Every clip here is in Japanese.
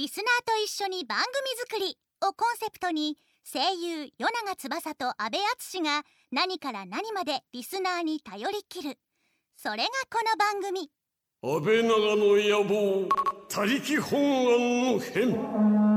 リスナーと一緒に番組作りをコンセプトに、声優与永翼と阿部淳が何から何までリスナーに頼りきる、それがこの番組。 安倍長の野望他力本願の変。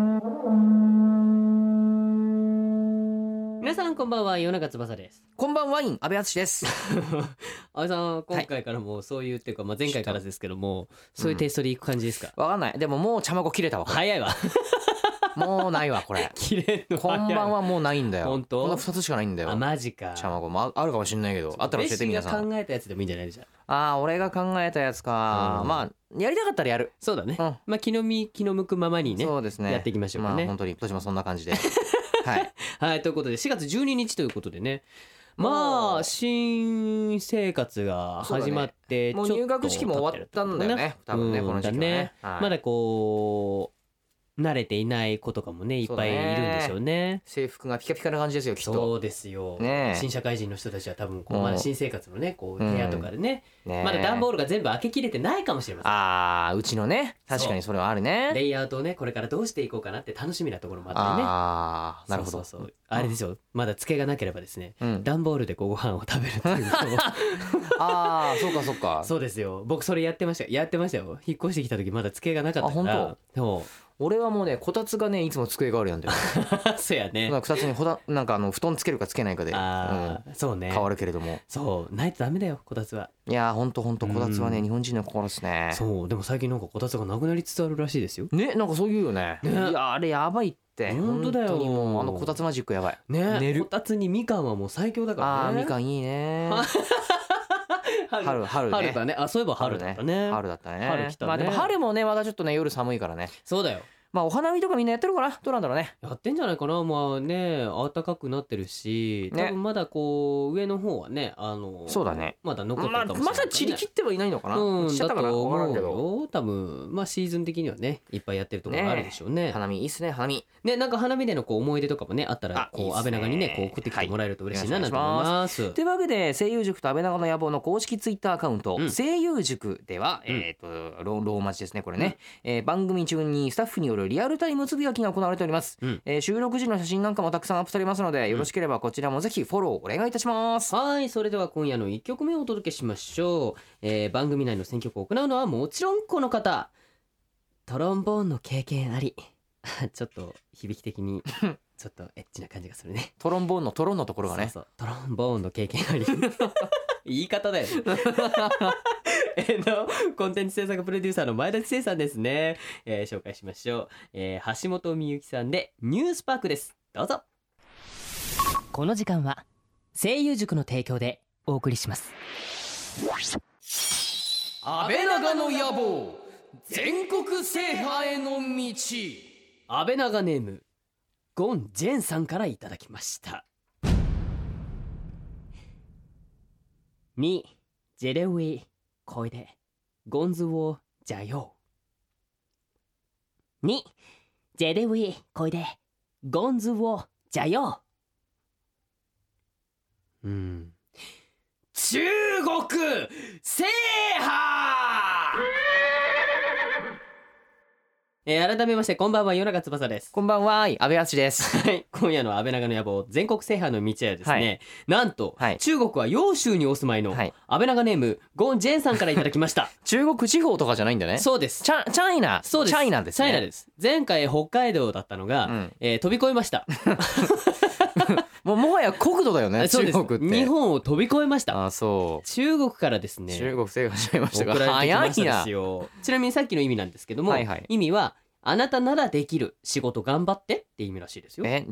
皆さんこんばんは、与永翼です。 こんばんは、安倍敦です安倍さん、今回からもそういうっていうか、前回からですけども、そういうテイストでいく感じですか？ わかんない。でももう卵切れたわ、これ。 早いわもうないわ、これ。 切れんのこ早い。 んばんはもうないんだよ。 本当？ こんな2つしかないんだよ。 あ、マジか。 卵もあるかもしんないけど、あったら教えて皆さん。 私が考えたやつでもいいんじゃないでしょうか。 ああ、俺が考えたやつか。まあやりたかったらやる。 そうだね。まあ気の向くままにね、 そうですね、 やっていきましょうかね。 まあ本当に今年もそんな感じではいはい、ということで4月12日ということでね、まあ新生活が始まって、 もう入学式も終わったんだよね、多分ね、この時期はね。 まだこう慣れていない子とかもねいっぱいいるんでしょうね。 制服がピカピカな感じですよ、きっと。 そうですよ、ね、新社会人の人たちは多分こうまだ新生活のねこう部屋とかでね、まだ段ボールが全部開けきれてないかもしれません。 ああ、うちのね、確かにそれはあるね。 レイアウトをねこれからどうしていこうかなって楽しみなところもあったりね。 ああ、なるほど。 そうあれですよ、まだ机がなければですね、段ボールでご飯を食べるっていうのをああ、そうかそうか。 そうですよ、僕それやってましたよ。引っ越してきた時まだ机がなかったから。 あ、本当。俺はもうね、こたつがねいつも机代わりなんだよそうやね。 こたつになんか布団つけるかつけないかでそうね、 変わるけれども。 そうないとダメだよ、こたつは。 いやほんとこたつはね日本人の心ですね。 そう、でも最近なんかこたつがなくなりつつあるらしいですよね。なんかそういうよね。いやあれやばいって。 本当だよ。 本当にもうこたつマジックやばいね。 寝るこたつにみかんはもう最強だからね。 ああ、みかんいいね春だね。あ、そういえば春だったね。 春だったね。 春来たね。 まあでも春もねまだちょっとね夜寒いからね。 そうだよ。 まあお花見とかみんなやってるかな、どうなんだろうね。 やってんじゃないかな。まあね、暖かくなってるし、多分まだこう上の方はね、 そうだね、 まだ残ってるかもしれない。 まだ散り切ってはいないのかな。 しちゃったかな、分からんけど。多分まあシーズン的にはねいっぱいやってるところあるでしょうね。 花見いいっすね、花見ね。なんか花見でのこう思い出とかもねあったら、こう安倍長にねこう送ってきてもらえると嬉しいななんて思います。 というわけで、声優塾と安倍長の野望の公式ツイッターアカウント、声優塾ではローマ字ですね、これね。番組中にスタッフによるリアルタイムつぶやきが行われております。収録時の写真なんかもたくさんアップされますので、よろしければこちらもぜひフォローお願いいたします。 はい、それでは今夜の1曲目をお届けしましょう。番組内の選曲を行うのはもちろんこの方、トロンボーンの経験ありちょっと響き的にちょっとエッチな感じがするね。 トロンボーンのトロンのところがね。 そうトロンボーンの経験あり言い方だよねコンテンツ制作プロデューサーの前田知世さんですね。紹介しましょう。橋本美由紀さんでニュースパークです。どうぞ。この時間は声優塾の提供でお送りします。 安倍長の野望、全国制覇への道。 安倍長ネームゴンジェンさんからいただきました。にジェレウィこいでゴンズをじゃよう。にジェレウィこいでゴンズをじゃよう。中国制覇改めましてこんばんは、与永翼です。 こんばんは、安倍敦です。 はい、今夜の安倍長の野望全国制覇の道はですね、なんと、中国は揚州にお住まいの安倍長ネームゴンジェンさんからいただきました中国地方とかじゃないんだね。 そうです。 チャイナ。 そうです。 チャイナですね。 チャイナです。前回北海道だったのが、飛び越えましたもはや国土だよね、中国って。 日本を飛び越えました。 あ、そう。 中国からですね、 中国制覇しちゃいましたが、 送られてきました早いですよ。ちなみにさっきの意味なんですけども、意味はあなたならできる、仕事頑張ってって意味らしいですよ。 どういう、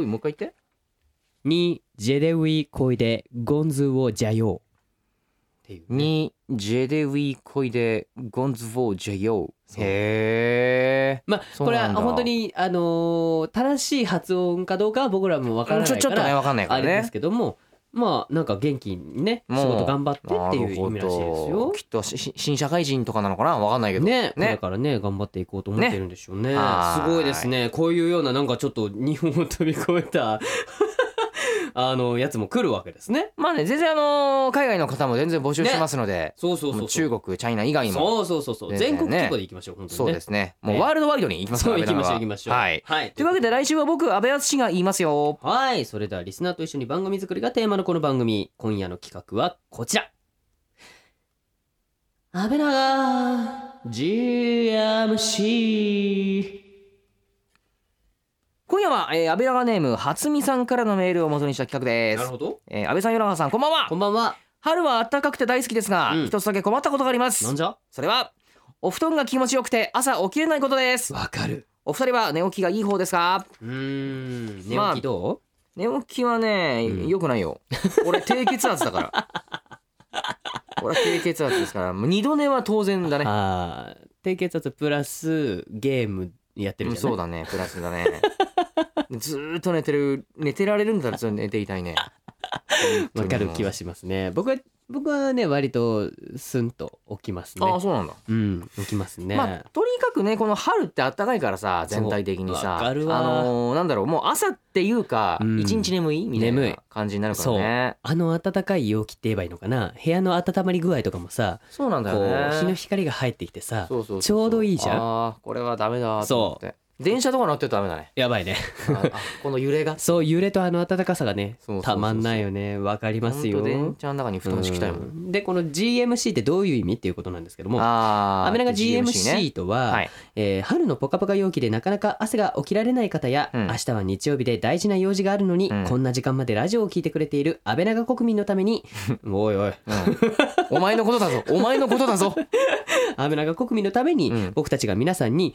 もう一回言って。 にジェデウィこいでゴンズをじゃようっていう、ね、 にジェデウィこいでゴンズをじゃよう。へえ。 まあこれは本当に正しい発音かどうかは僕らもわからないからちょっとねわかんないからね、 あれですけども、まあなんか元気にね仕事頑張ってっていう意味らしいですよ。 きっと新社会人とかなのかな、わかんないけどね。これからね頑張っていこうと思ってるんでしょうね。すごいですね。こういうようななんかちょっと日本を飛び越えたやつも来るわけですね。 まあね全然海外の方も全然募集してますので、 そうそうそうそう、 もう中国チャイナ以外もそうそうそう、 全然ね全国規模で行きましょう本当にね。 そうですね、もうワールドワイドに行きますから、 そう行きましょう安倍行きましょう。 はい、 はい、 というわけで来週は僕安倍敦が言いますよ。 はい、それではリスナーと一緒に番組作りがテーマのこの番組、今夜の企画はこちら。安倍長 GMC。 今夜は、安倍長ネーム初見さんからのメールを元にした企画です。 なるほど。 安倍さん、与永さん、こんばんは。 こんばんは。 春は暖かくて大好きですが、一つだけ困ったことがあります。 なんじゃ。 それはお布団が気持ちよくて朝起きれないことです。 わかる。 お二人は寝起きがいい方ですか？ 寝起きどう？ 寝起きはね、良くないよ。俺低血圧だから。俺は低血圧ですから、もう二度寝は当然だね。 低血圧プラスゲームやってるじゃん、ね。 そうだね、プラスだね。ずーっと寝てられるんだったらずっと寝ていたいね。 わかる気はしますね。僕はね割とスンと起きますね。 ああ、そうなんだ。 起きますね。 まあとにかくね、この春って暖かいからさ、全体的にさ、 わかるわ。 なんだろう、もう朝っていうか一日眠いみたいな感じになるからね。 暖かい陽気って言えばいいのかな。部屋の温まり具合とかもさ、 そうなんだよね。 日の光が入ってきてさ、 そうちょうどいいじゃん。 ああ、これはダメだと思って。電車とか乗ってるとダメだね。 やばいね。 この揺れが。 そう、揺れと暖かさがね、たまんないよね。わかりますよ。 電車の中に布団敷きたいもん。 で、この GMC ってどういう意味っていうことなんですけども、 安倍長 GMC とは、春のポカポカ陽気でなかなか汗が起きられない方や、明日は日曜日で大事な用事があるのに、こんな時間までラジオを聞いてくれている安倍長国民のために、おいおい、 お前のことだぞ、お前のことだぞ。 安倍長国民のために、僕たちが皆さんに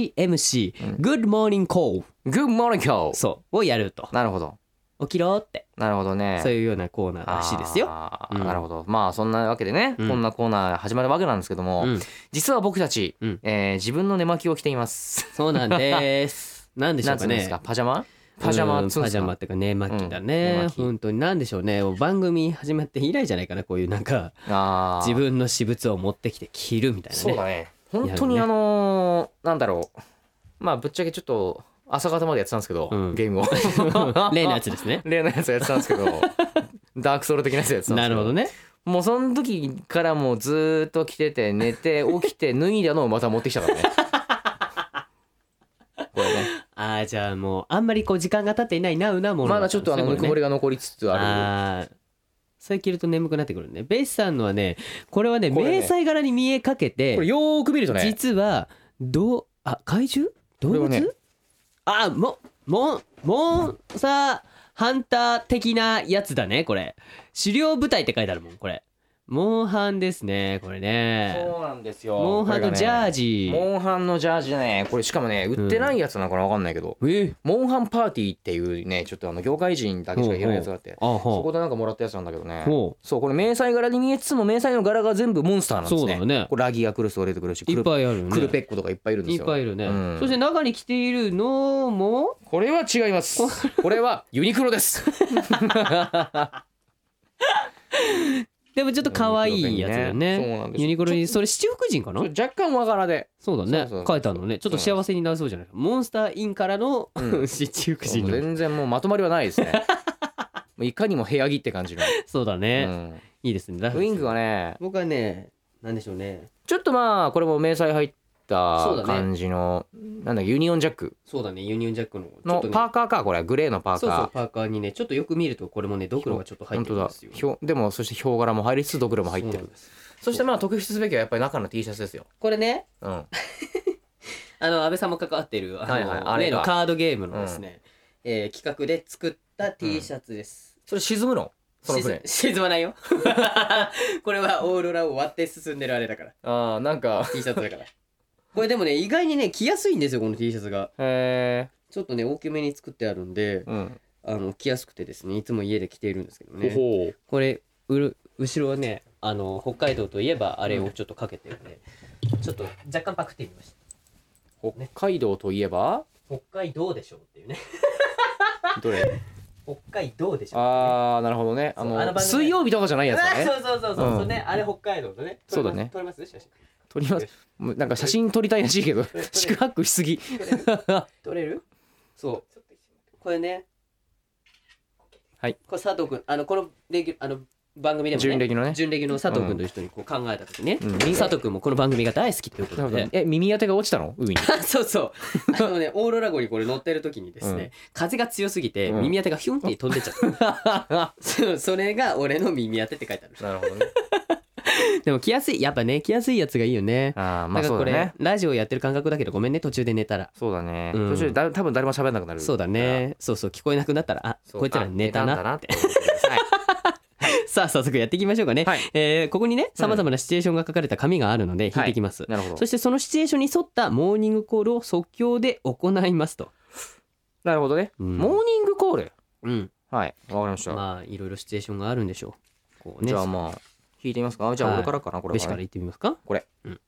GMC、Good Morning Call Good Morning Call そうをやると。 なるほど。 起きろって。 なるほどね。 そういうようなコーナーらしいですよ。 なるほど。まあそんなわけでね、こんなコーナー始まるわけなんですけども、実は僕たち、自分の寝巻きを着ています。 そうなんです。なんでしょうかね。 パジャマ？パジャマっていうか寝巻きだね。本当になんでしょうね。番組始まって以来じゃないかな、こういうなんか自分の私物を持ってきて着るみたいなね。 そうだね。本当になんだろう。まあぶっちゃけちょっと朝方までやってたんですけど、ゲームを例のやつですね。 例のやつやってたんですけど、ダークソウル的なやつやってたんですけど。なるほどね。もうその時からもうずーっと着てて、寝て起きて脱いだのをまた持ってきたからね。これね。 じゃあもうあんまりこう時間が経っていないナウなもの、 まだちょっとぬくもりが残りつつある。 それ着ると眠くなってくるね。ベイスさんのはね、これはね迷彩柄に見えかけて、 これよーく見るとね、 実は怪獣動物、ね、モンサーハンター的なやつだね。これ狩猟部隊って書いてあるもん。これモンハンですね、これね。 そうなんですよ。 モンハンのジャージ、 モンハンのジャージね。これしかもね売ってないやつなのかな、分かんないけど、モンハンパーティーっていうね、ちょっと業界人だけしか言えないやつがあって、そこでなんかもらったやつなんだけどね。そうこれ迷彩柄に見えつつも迷彩の柄が全部モンスターなんですね。そうだね。これラギアクルスト出てくるし、 いっぱいあるね。 クルペッコとかいっぱいいるんですよ。 いっぱいいるね。そして中に着ているのもこれは違います。これはユニクロです。 でもちょっと可愛いやつだよね。そうなんです。ユニクロにそれ七福神かな？ 若干和柄で。 そうだね。書いてあるのね。ちょっと幸せになりそうじゃない？モンスターインからの七福神の。 全然もうまとまりはないですね。いかにも部屋着って感じの。 そうだね。いいですね。 ウイングはね、 僕はね、なんでしょうね。 ちょっとまあこれも迷彩入った感じの、なんだユニオンジャック。 そうだね、ユニオンジャックのパーカーか、これグレーのパーカー。 そうパーカーにね、ちょっとよく見るとこれもねドクロがちょっと入ってるんですよ。 でもそしてヒョウ柄も入りつつドクロも入ってる。そしてまあ特筆すべきはやっぱり中の T シャツですよ。 これね、安倍さんも関わっている例のカードゲームのですね、企画で作った T シャツです。 それ沈むの？ 沈まないよ。これはオーロラを割って進んでるあれだから。 なんか T シャツだから。これでもね意外にね着やすいんですよ、この T シャツが。ちょっとね大きめに作ってあるんで、着やすくてですね、いつも家で着ているんですけどね。これ後ろはね北海道といえばあれをちょっとかけてるんで、ちょっと若干パクってみました。 北海道といえば北海道でしょうっていうね。 どれ？ 北海道でしょ。 なるほどね。水曜日とかじゃないやつだね。 そうね、あれ北海道だね。 そうだね。 撮ります？写真撮ります。なんか写真撮りたいらしいけど四苦八苦しすぎ。 撮れる？そうこれね。 はい。 これ佐藤君この番組でもね準レギのね準レギの佐藤君という人にこう考えた時ね、 うん佐藤君もこの番組が大好きということで、 耳当てが落ちたの海にそうそうオーロラ号にこれ乗ってる時にですね、風が強すぎてうん耳当てがヒュンって飛んでっちゃったそれが俺の耳当てって書いてある。 なるほどねでも来やすいやつがいいよね。 ああまあだからこれ、 そうだねラジオやってる感覚だけどごめんね途中で寝たら。 そうだねうん途中で多分誰も喋んなくなるそうだね、そうそう聞こえなくなったらこいつら寝たなって思ってくださいさあ早速やっていきましょうかね、 はいここにねさまざまなシチュエーションが書かれた紙があるので引いていきます、 なるほどそしてそのシチュエーションに沿ったモーニングコールを即興で行いますと、 なるほどねうんモーニングコールうん、 はいわかりましたまあいろいろシチュエーションがあるんでしょう。こうねじゃあまあ弾いてみますかじゃあ俺からかなこれべしからはね言ってみますか。 これ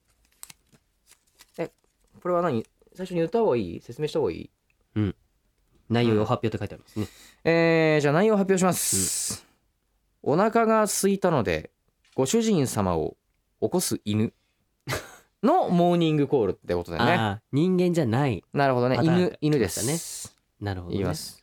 これは何最初に言った方がいい説明した方がいい内容を発表って書いてありますね、 じゃあ内容を発表します、お腹が空いたのでご主人様を起こす犬のモーニングコールってことだよねああ人間じゃない。 なるほどねパターンが犬で来ましたねすなるほど、ね、 言います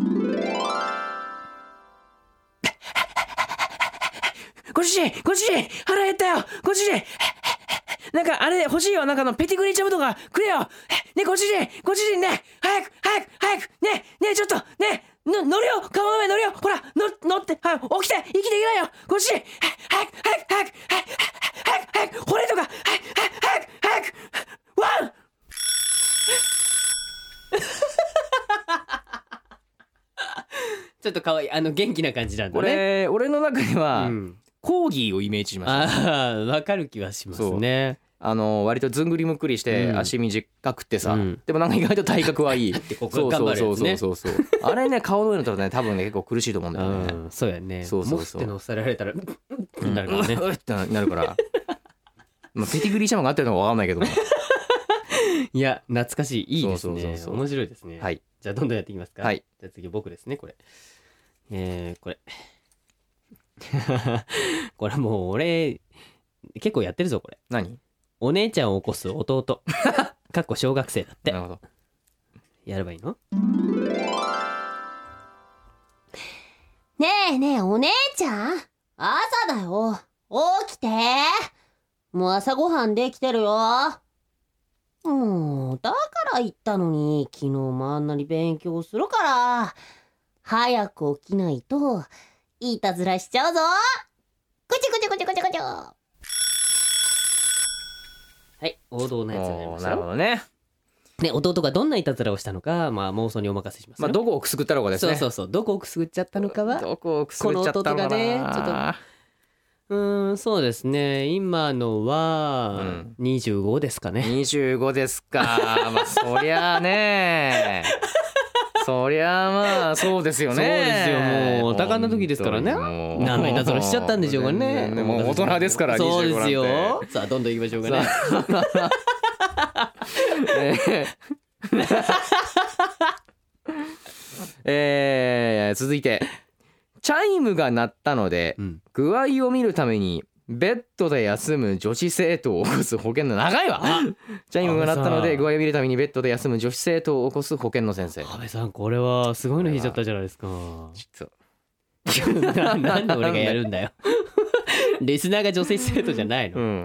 ご主人腹減ったよご主人なんかあれ欲しいよなんかペティグリーチャムとかくれよねご主人ね早くねちょっとね乗るよ顔の上乗るよほら乗って起きて生きていけないよご主人早く骨とか早くワンちょっと可愛い元気な感じなんだこね。 れ俺の中では、 うん、 コーギーをイメージしましたああわかる気はしますね。 割とずんぐりむっくりしてうん足短くてさ、 うんでもなんか意外と体格はいいでここ頑張るやつね。 そうあれね顔の上のとね多分ね結構苦しいと思うんだよねうんそうやね。 そうモフって乗せられたらなるからね。 ってなるからまあペティグリーシャマが合ってるのか分かんないけどもいや懐かしいいいですね。 そう面白いですね。 はいじゃあどんどんやっていきますか。 はいじゃあ次僕ですねこれ。これこれもう俺結構やってるぞこれ。 何お姉ちゃんを起こす弟かっこ小学生だってなるほどやればいいの。 ねえお姉ちゃん朝だよ起きてもう朝ごはんできてるよもうだから言ったのに昨日もあんなに勉強するから早く起きないといたずらしちゃうぞぐちょはい王道のやつになりましたなるほどねね弟がどんないたずらをしたのかまあ妄想にお任せしますよ。 まあどこをくすぐったのかですねそうどこをくすぐっちゃったのかはどこをくすぐっちゃったのかなこの弟がねちょっとそうですね今のは25ですかね。 25ですかまあそりゃあねそりゃあまあそうですよねそうですよもう多感な時ですからね。何のいたずらしちゃったんでしょうかね。 もう大人ですからそうです 25なんてよ。さあどんどん行きましょうかね。 続いてチャイムが鳴ったので、具合を見るためにベッドで休む女子生徒を起こす保健の長いわチャイムが鳴ったので具合を見るためにベッドで休む女子生徒を起こす保健の先生。 安倍さんこれはすごいの引いちゃったじゃないですか。 ちょっなんで俺がやるんだよリスナーが女性生徒じゃないの、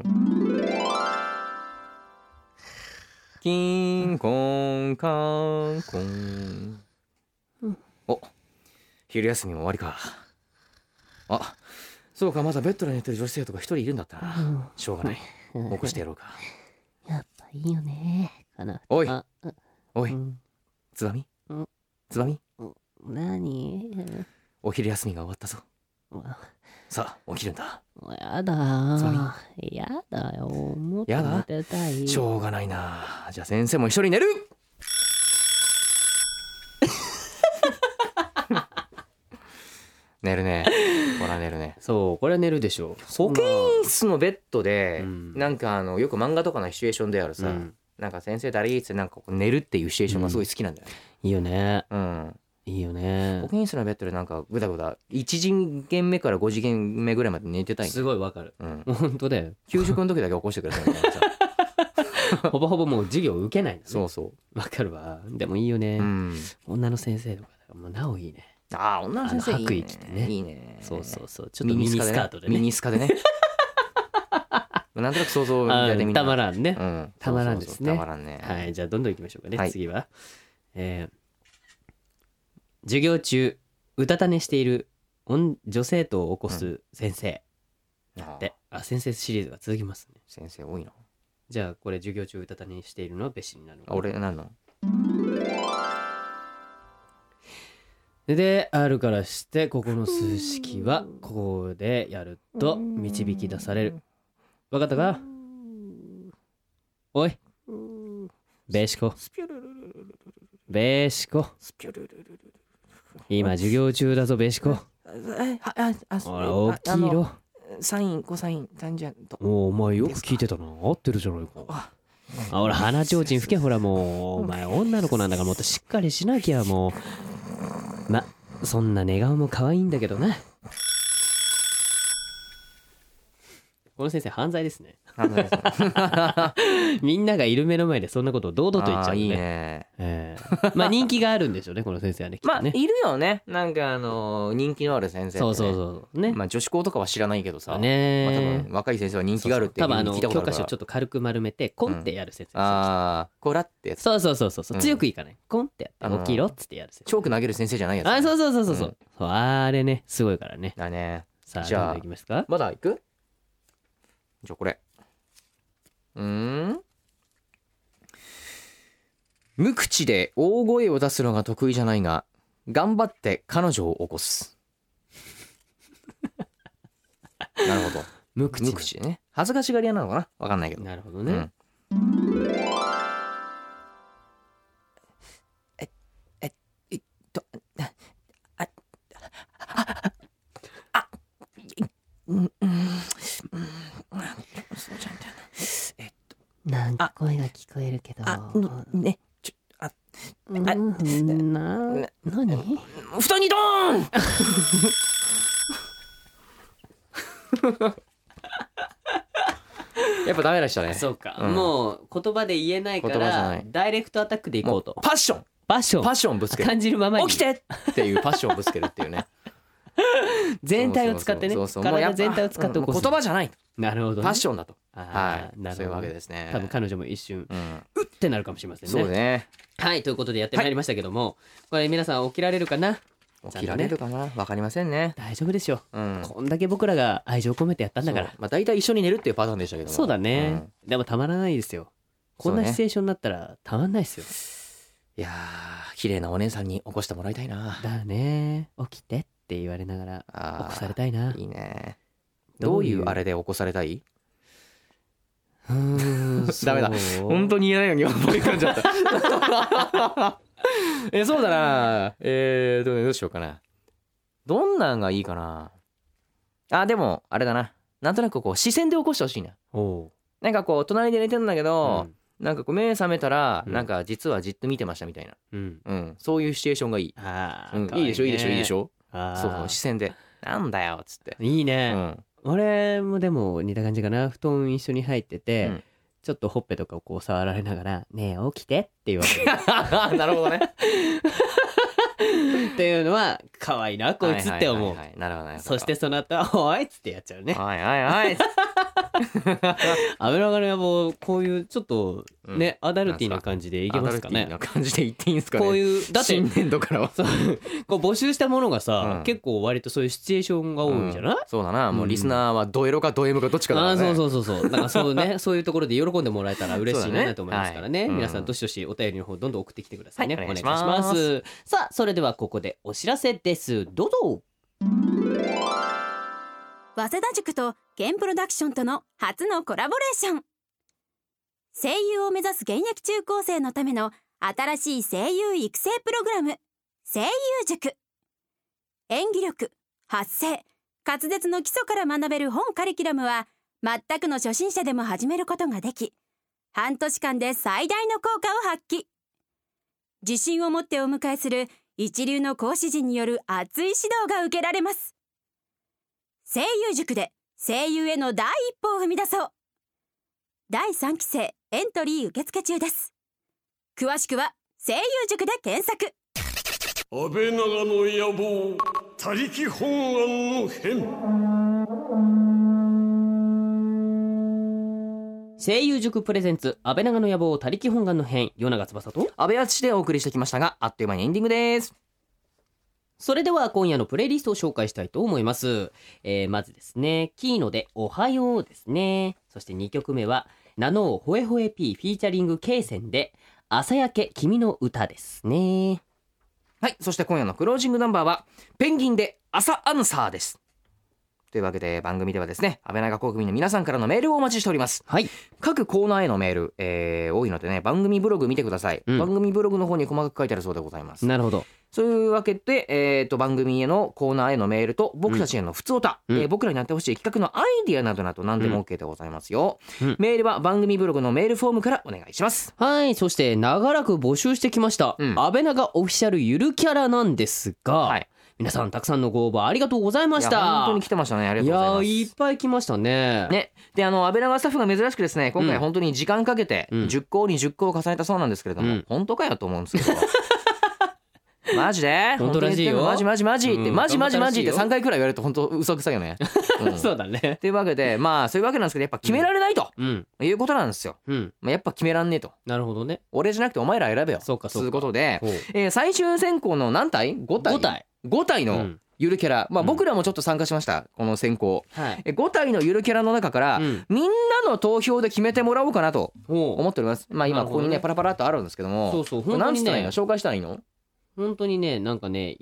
キンコンカンコン、お昼休みも終わりか。あそうかまだベッドで寝てる女子生徒が一人いるんだったな、しょうがない起こしてやろうか。 やっぱいいよねかな。 おいおいつばみつばみ何お昼休みが終わったぞ。さあ起きるんだ。 やだやだよもっと寝てたい。 しょうがないな。じゃあ先生も一緒に寝る寝るねこれは寝るね。 そうこれは寝るでしょう。 保健室のベッドで、 うんなんかよく漫画とかのシチュエーションであるさ、なんか先生誰いいってなんかこう寝るっていうシチュエーションがすごい好きなんだよね。 いいよねうんいいよね。 保健室のベッドでなんかぐだぐだ1次元目から5次元目ぐらいまで寝てたいんだすごいわかる。 うんもう本当だよ。 給食の時だけ起こしてくれたみたいなさほぼほぼもう授業受けないんだね。 そうそわかるわ。でもいいよね、 ううん女の先生とかもうなおいいね。 ああ、女の先生いいね。 白衣着てね。 いいね。 そうそうそう、ちょっとミニスカートでね。 ミニスカでね。なんとなく想像でみんな。 たまらんね。 うん、 たまらんですね。 たまらんね。 はい、じゃあどんどん行きましょうかね。 はい、 次は、授業中うたた寝している女生徒を起こす先生。で、先生シリーズが続きますね。 先生多いな。 じゃあこれ授業中うたた寝しているのは別紙になるの。 俺なんの？ であるからしてここの数式はここでやると導き出される。わかったか？おいベシコベシコ、今授業中だぞベシコ。ほら起きろ。 サインコサインタンジェント。 お前よく聞いてたな。合ってるじゃないか。ほら鼻ちょうちん吹け。ほらもうお前女の子なんだからもっとしっかりしなきゃ。もうまそんな寝顔も可愛いんだけどな。この先生犯罪ですね。みんながいる目の前でそんなことを堂々と言っちゃうね。 いいね。 まあ人気があるんでしょうねこの先生はね。 まあいるよね。なんか人気のある先生。 そうそうそうね。 まあ女子校とかは知らないけどさ。 ね。 まあ多分若い先生は人気があるって聞いたことあるから。 多分教科書ちょっと軽く丸めてコンってやる先生。 ああ、こらってやつ。 そうそうそうそう、強くいかない。コンってやって起きろっつってやる先生。 チョーク投げる先生じゃないやつ。 あ、そうそうそうそうそう。あれねすごいからね。 だね。 さあじゃあ行きますか。 まだ行く？じゃあこれ。無口で大声を出すのが得意じゃないが頑張って彼女を起こす。なるほど。無口ね。恥ずかしがり屋なのかな、わかんないけど。 なるほどね。なんか声が聞こえるけど。 ね、 何？ 布団にドーン。やっぱダメでしたね。 そうか、もう言葉で言えないからダイレクトアタックでいこうと。 パッションぶつける。 感じるままに起きてっていうパッションをぶつけるっていうね。 全体を使ってね。体全体を使って起こす。 言葉じゃない。 なるほど。 パッションだと。 はい。 そういうわけですね。 多分彼女も一瞬うってなるかもしれませんね。 そうね。 はい、ということでやってまいりましたけども、これ皆さん起きられるかな？ 起きられるかな、わかりませんね。 大丈夫でしょう。こんだけ僕らが愛情込めてやったんだから。 まあ大体一緒に寝るっていうパターンでしたけど。 そうだね。でもたまらないですよ。こんなシチュエーションになったらたまんないですよ。 いやー、綺麗なお姉さんに起こしてもらいたいな。 だね。起きてって言われながら起こされたいな。 いいね。どういうあれで起こされたい？ダメだ。本当に言えないように思い浮かんじゃった。そうだな。どうしようかな。どんなんがいいかな。あ、でもあれだな。なんとなくこう視線で起こしてほしいな。なんかこう隣で寝てるんだけど、なんかこう目覚めたらなんか実はじっと見てましたみたいな。そういうシチュエーションがいい。いいでしょいいでしょいいでしょ。そう視線でなんだよっつって。いいね。俺もでも似た感じかな。布団一緒に入ってて、ちょっとほっぺとかをこう触られながら「ねえ起きて」って言われる。 なるほどね。 っていうのは可愛いなこいつって思う。 なるほど。 そしてその後は「おい」っつってやっちゃうね。 おいおいおい。 油がねもうこういうちょっとねアダルティーな感じでいけますかね。 アダルティーな感じで言っていいんですかね。 こういうだって新年度からはこう募集したものがさ結構割とそういうシチュエーションが多いんじゃない？ そうだな。もうリスナーはドエロかド M かどっちかだからね。 そうだからそうねそういうところで喜んでもらえたら嬉しいなと思いますからね。皆さんどしどしお便りの方どんどん送ってきてくださいね。お願いします。さあそれではここでお知らせです。どうぞ。 早稲田塾とゲンプロダクションとの初のコラボレーション。声優を目指す現役中高生のための新しい声優育成プログラム、声優塾。演技力、発声、滑舌の基礎から学べる本カリキュラムは全くの初心者でも始めることができ、半年間で最大の効果を発揮。自信を持ってお迎えする一流の講師陣による熱い指導が受けられます。声優塾で声優への第一歩を踏み出そう。第3期生エントリー受付中です。詳しくは声優塾で検索。 安倍長の野望他力本願の変。 声優塾プレゼンツ安倍長の野望他力本願の編、与永翼と安倍敦でお送りしてきましたが、あっという間にエンディングです。 それでは今夜のプレイリストを紹介したいと思います。まずですね、キーノでおはようですね。そして2曲目はナノーホエホエ P フィーチャリング K 線で朝焼け君の歌ですね。 はい、そして今夜のクロージングナンバーはペンギンで朝アンサーです。というわけで番組ではですね、安倍長国民の皆さんからのメールをお待ちしております。 はい、 各コーナーへのメール、多いのでね、番組ブログ見てください、番組ブログの方に細かく書いてあるそうでございます。 なるほど。 そういうわけで、番組へのコーナーへのメールと僕たちへのふつおた、僕らにやってほしい企画のアイディアなどなど何でも OK でございますよ、メールは番組ブログのメールフォームからお願いします。 はい、そして長らく募集してきました、安倍長オフィシャルゆるキャラなんですが、はい、皆さんたくさんのご応募ありがとうございました。 本当に来てましたね。ありがとうございます。 いやいっぱい来ましたね。 で安倍長スタッフが珍しくですね、今回本当に時間かけて10個に10個を重ねたそうなんですけれども、本当かよと思うんですけどマジで本当らしいよ。 マジってマジって3回くらい言われると本当嘘くさいよね、 そうだね。 というわけでまあそういうわけなんですけど、やっぱ決められないと、いうことなんですよ、やっぱ決めらんねえと。 なるほどね。 俺じゃなくてお前ら選べよ。 そうかそうか。 ということで、最終選考の何体 5体のゆるキャラ、僕らもちょっと参加しました、この選考、5体のゆるキャラの中から、みんなの投票で決めてもらおうかなと思っております。今ここにねパラパラっとあるんですけども、 そう本当にね、 何つったらいいの、紹介したらいいの。 本当にね、なんかね、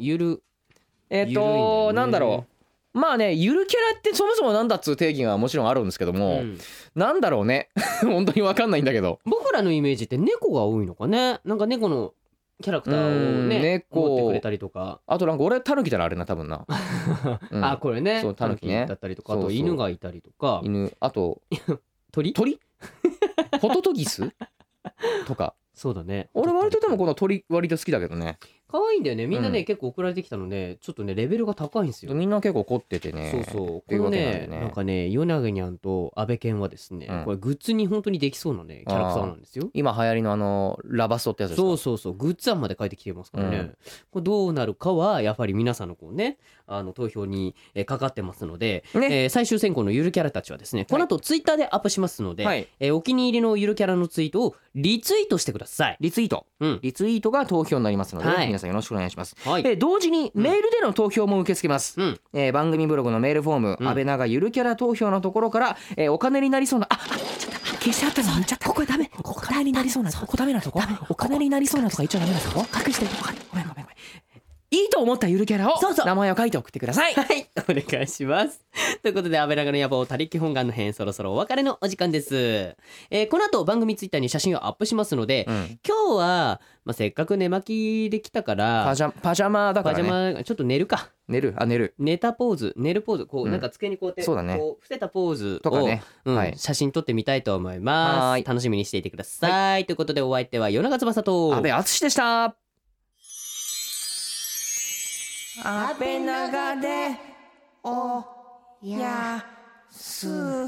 なんだろう、まあね、ゆるキャラってそもそもなんだっつう定義がもちろんあるんですけども、なんだろうね本当に分かんないんだけど、 僕らのイメージって猫が多いのかね。なんか猫のキャラクターをね持ってくれたりとか、 あとなんか俺タヌキだなあれな多分なあ、これね、 そうタヌキねだったりとか、あと犬がいたりとか、 犬、あと鳥ホトトギスとか。 そうだね。 俺割とでもこの鳥割と好きだけどね。 可愛いんだよね。みんなね、結構送られてきたので、ちょっとねレベルが高いんですよ。 みんな結構凝っててね。 そうこのね、なんかね、ヨナゲニャンと安倍健はですね、これグッズに本当にできそうなねキャラクターなんですよ。 今流行りのラバストってやつですか。 そうグッズ案まで書いてきてますからね、これどうなるかはやっぱり皆さんのこうね投票にかかってますので、最終選考のゆるキャラたちはですね、この後ツイッターでアップしますので、お気に入りのゆるキャラのツイートをリツイートしてください。 リツイートが投票になりますので、皆さんよろしくお願いします。同時にメールでの投票も受け付けます。番組ブログのメールフォーム、安倍長ゆるキャラ投票のところから、お金になりそうな消してあったの言っちゃった。ここダメ。お金になりそうなとこ、ここダメなとこ、お金になりそうなとか言っちゃダメなとこ、隠してるとこ。ごめん。いいと思ったゆるキャラを名前を書いて送ってください。 はい、お願いします。ということで安倍長の野望他力本願の編、そろそろお別れのお時間です。この後番組ツイッターに写真をアップしますので、今日は、せっかく寝巻きできたからパジャマだからね。 パジャマちょっと寝るか。 寝る寝るポーズ、こうなんか机にこうやってこう伏せたポーズとかね、 写真撮ってみたいと思います。楽しみにしていてください。ということでお相手は与永翼と安倍敦でした。安倍長でおやす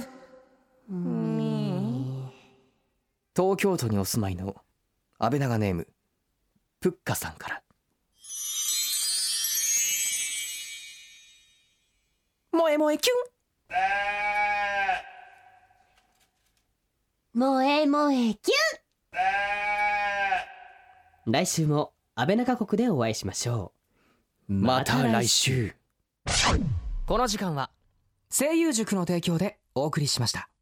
み。東京都にお住まいの安倍長ネームプッカさんから。萌え萌えキュン、 萌え萌えキュン。来週も安倍長国でお会いしましょう。 また来週。この時間は声優塾の提供でお送りしました。